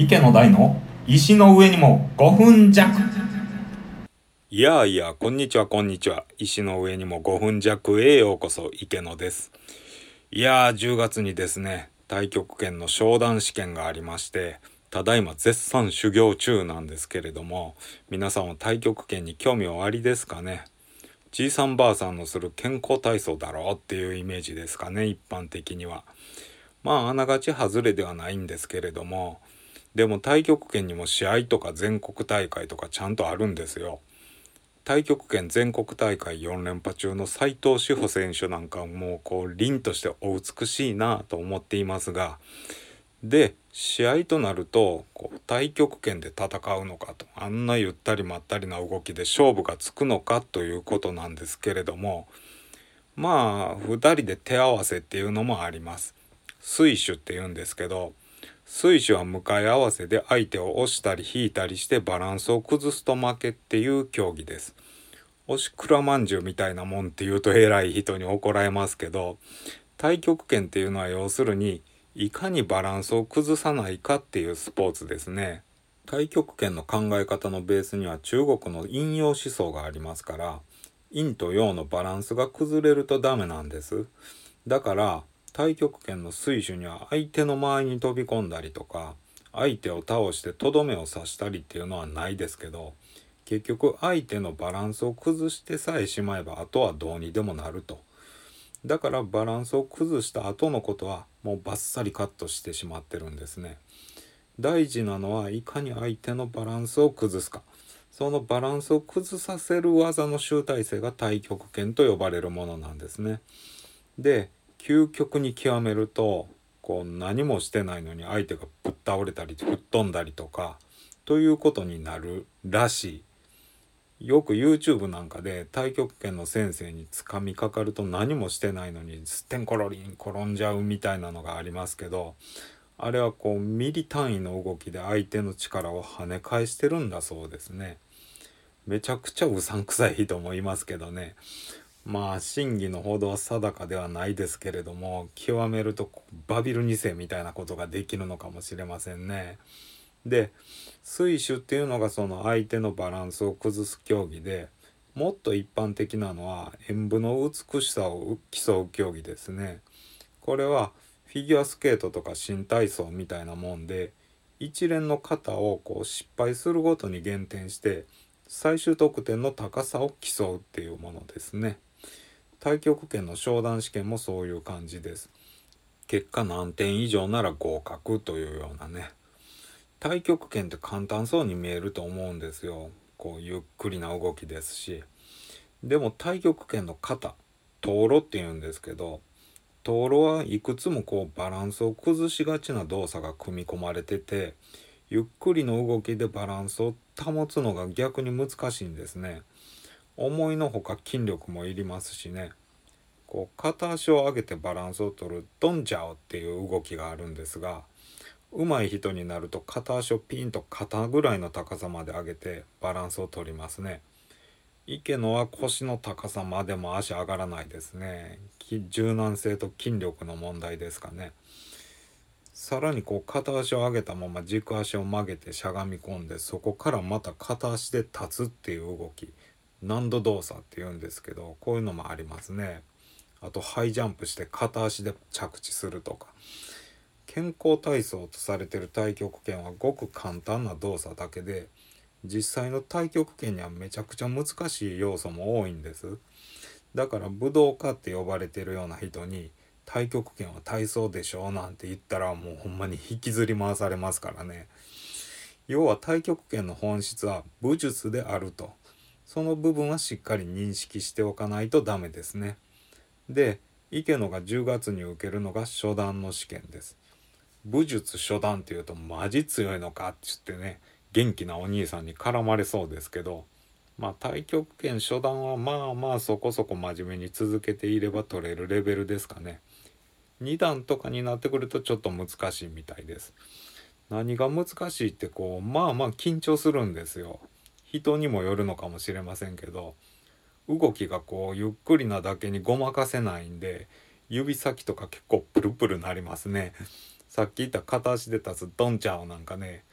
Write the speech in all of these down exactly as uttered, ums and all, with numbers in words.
池の台の石の上にもごふん弱。 いやいや、こんにちはこんにちは。石の上にもごふん弱へようこそ、池野です。いやー、じゅうがつにですね、太極拳の昇段試験がありまして、ただいま絶賛修行中なんですけれども、皆さんは太極拳に興味おありですかね。じいさんばあさんのする健康体操だろうっていうイメージですかね、一般的には。まあ、あながち外れではないんですけれども、でも太極拳にも試合とか全国大会とかちゃんとあるんですよ。太極拳全国大会よん連覇中の斉藤志保選手なんかもうこう凛としてお美しいなと思っていますが、で試合となるとこう太極拳で戦うのかと、あんなゆったりまったりな動きで勝負がつくのかということなんですけれども、まあふたりで手合わせっていうのもあります。水手って言うんですけど、水手は向かい合わせで相手を押したり引いたりしてバランスを崩すと負けっていう競技です。押しくらまんじゅうみたいなもんって言うと偉い人に怒られますけど、太極拳っていうのは要するにいかにバランスを崩さないかっていうスポーツですね。太極拳の考え方のベースには中国の陰陽思想がありますから、陰と陽のバランスが崩れるとダメなんです。だから太極拳の水手には相手の周りに飛び込んだりとか、相手を倒してとどめを刺したりっていうのはないですけど、結局相手のバランスを崩してさえしまえばあとはどうにでもなると。だからバランスを崩した後のことはもうバッサリカットしてしまってるんですね。大事なのはいかに相手のバランスを崩すか。そのバランスを崩させる技の集大成が太極拳と呼ばれるものなんですね。で、究極に極めると、こう何もしてないのに相手がぶっ倒れたり吹っ飛んだりとかということになるらしい。よく YouTube なんかで太極拳の先生につかみかかると何もしてないのにすってんころりん転んじゃうみたいなのがありますけど、あれはこうミリ単位の動きで相手の力を跳ね返してるんだそうですね。めちゃくちゃうさんくさい人もいますけどね。まあ真偽のほどは定かではないですけれども、極めるとバビルに世みたいなことができるのかもしれませんね。で、水手っていうのがその相手のバランスを崩す競技で、もっと一般的なのは演武の美しさを競う競技ですね。これはフィギュアスケートとか新体操みたいなもんで、一連の型をこう失敗するごとに減点して最終得点の高さを競うっていうものですね。太極拳の昇段試験もそういう感じです。結果何点以上なら合格というようなね。太極拳って簡単そうに見えると思うんですよ。こうゆっくりな動きですし。でも太極拳の型、灯籠って言うんですけど、灯籠はいくつもこうバランスを崩しがちな動作が組み込まれてて、ゆっくりの動きでバランスを保つのが逆に難しいんですね。思いのほか筋力もいりますしね。こう片足を上げてバランスを取るドンジャオっていう動きがあるんですが、上手い人になると片足をピンと肩ぐらいの高さまで上げてバランスを取りますね。池野は腰の高さまでも足上がらないですね。柔軟性と筋力の問題ですかね。さらにこう片足を上げたまま軸足を曲げてしゃがみ込んで、そこからまた片足で立つっていう動き、難度動作っていうんですけど、こういうのもありますね。あとハイジャンプして片足で着地するとか。健康体操とされている太極拳はごく簡単な動作だけで、実際の太極拳にはめちゃくちゃ難しい要素も多いんです。だから武道家って呼ばれているような人に太極拳は体操でしょなんて言ったらもうほんまに引きずり回されますからね。要は太極拳の本質は武術であると。その部分はしっかり認識しておかないとダメですね。で、池野がじゅうがつに受けるのが初段の試験です。武術初段っていうとマジ強いのかって言ってね、元気なお兄さんに絡まれそうですけど、まあ太極拳初段はまあまあそこそこ真面目に続けていれば取れるレベルですかね。に段とかになってくるとちょっと難しいみたいです。何が難しいってこうまあまあ緊張するんですよ。人にもよるのかもしれませんけど、動きがこうゆっくりなだけにごまかせないんで、指先とか結構プルプルなりますね。さっき言った片足で立つドンチャオなんかね、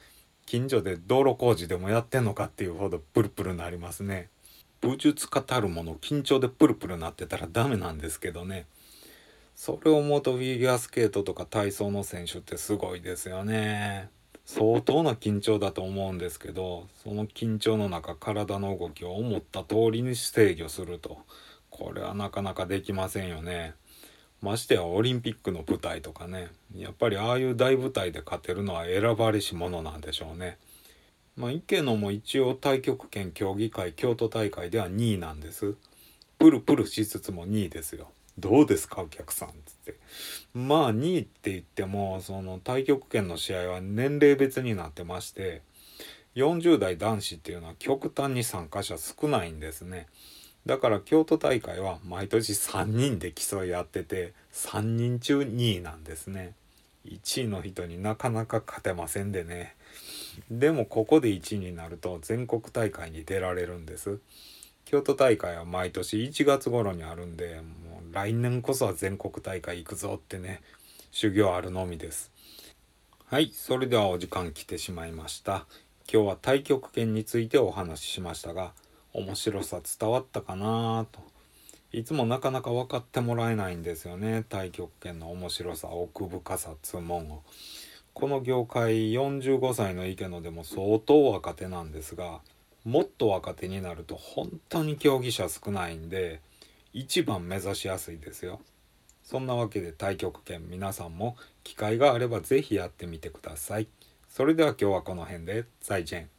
近所で道路工事でもやってんのかっていうほどプルプルなりますね。武術家たるもの緊張でプルプルなってたらダメなんですけどね。それを思うとフィギュアスケートとか体操の選手ってすごいですよね。相当な緊張だと思うんですけど、その緊張の中体の動きを思った通りに制御すると、これはなかなかできませんよね。ましてやオリンピックの舞台とかね、やっぱりああいう大舞台で勝てるのは選ばれし者なんでしょうね。まあ池野も一応太極拳競技会京都大会ではにいなんです。プルプルしつつもにいですよ。どうですかお客さんっつって。まあにいって言ってもその太極拳の試合は年齢別になってまして、よんじゅう代男子っていうのは極端に参加者少ないんですね。だから京都大会は毎年さんにんで競い合ってて、さんにん中にいなんですね。いちいの人になかなか勝てませんでね。でもここでいちいになると全国大会に出られるんです。京都大会は毎年いちがつ頃にあるんで、もう来年こそは全国大会行くぞってね、修行あるのみです。はい、それではお時間来てしまいました。今日は太極拳についてお話ししましたが、面白さ伝わったかなと。いつもなかなか分かってもらえないんですよね。太極拳の面白さ、奥深さつうもんを。この業界よんじゅうごさいの池野でも相当若手なんですが、もっと若手になると本当に競技者少ないんで、一番目指しやすいですよ。そんなわけで太極拳皆さんも機会があればぜひやってみてください。それでは今日はこの辺で再见。